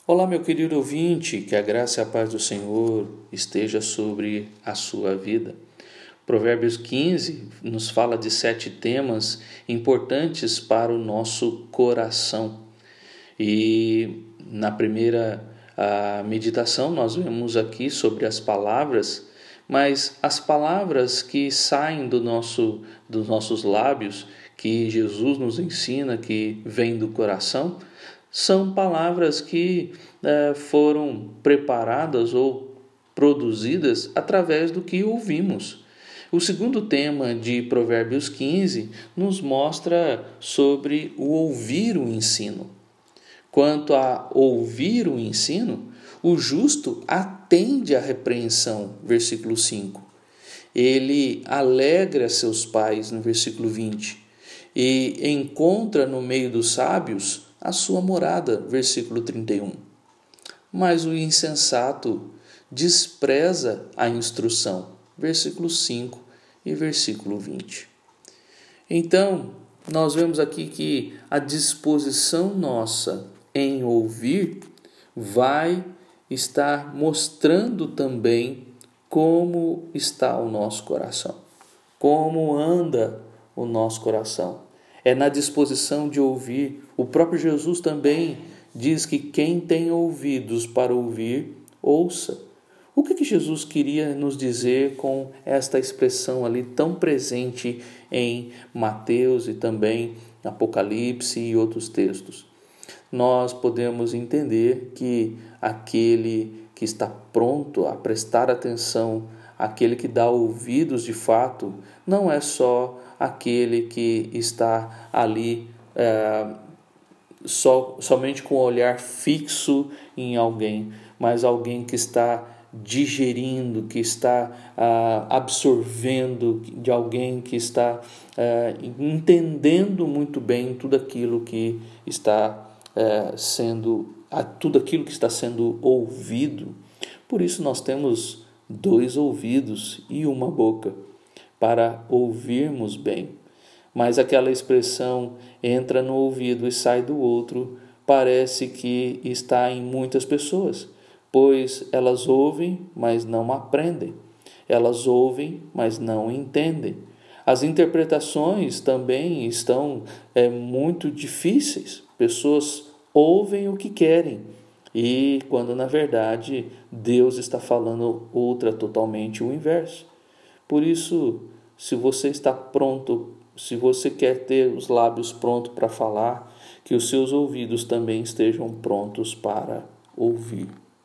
Olá, meu querido ouvinte, que a graça e a paz do Senhor esteja sobre a sua vida. Provérbios 15 nos fala de 7 temas importantes para o nosso coração. E na primeira meditação nós vemos aqui sobre as palavras, mas as palavras que saem dos nossos lábios, que Jesus nos ensina, que vêm do coração, são palavras que foram preparadas ou produzidas através do que ouvimos. O segundo tema de Provérbios 15 nos mostra sobre o ouvir o ensino. Quanto a ouvir o ensino, o justo atende à repreensão, versículo 5. Ele alegra seus pais, no versículo 20, e encontra no meio dos sábios a sua morada, versículo 31. Mas o insensato despreza a instrução, versículo 5 e versículo 20. Então, nós vemos aqui que a disposição nossa em ouvir vai estar mostrando também como está o nosso coração, como anda o nosso coração. É na disposição de ouvir. O próprio Jesus também diz que quem tem ouvidos para ouvir, ouça. O que Jesus queria nos dizer com esta expressão ali tão presente em Mateus e também Apocalipse e outros textos? Nós podemos entender que aquele que está pronto a prestar atenção, aquele que dá ouvidos de fato, não é só aquele que está ali somente com o olhar fixo em alguém, mas alguém que está digerindo, que está absorvendo, de alguém que está entendendo muito bem tudo aquilo que está tudo aquilo que está sendo ouvido. Por isso nós temos 2 ouvidos e uma boca para ouvirmos bem. Mas aquela expressão entra no ouvido e sai do outro parece que está em muitas pessoas, pois elas ouvem, mas não aprendem. Elas ouvem, mas não entendem. As interpretações também estão muito difíceis. Pessoas ouvem o que querem e quando na verdade Deus está falando totalmente o inverso. Por isso, se você está pronto, se você quer ter os lábios prontos para falar, que os seus ouvidos também estejam prontos para ouvir.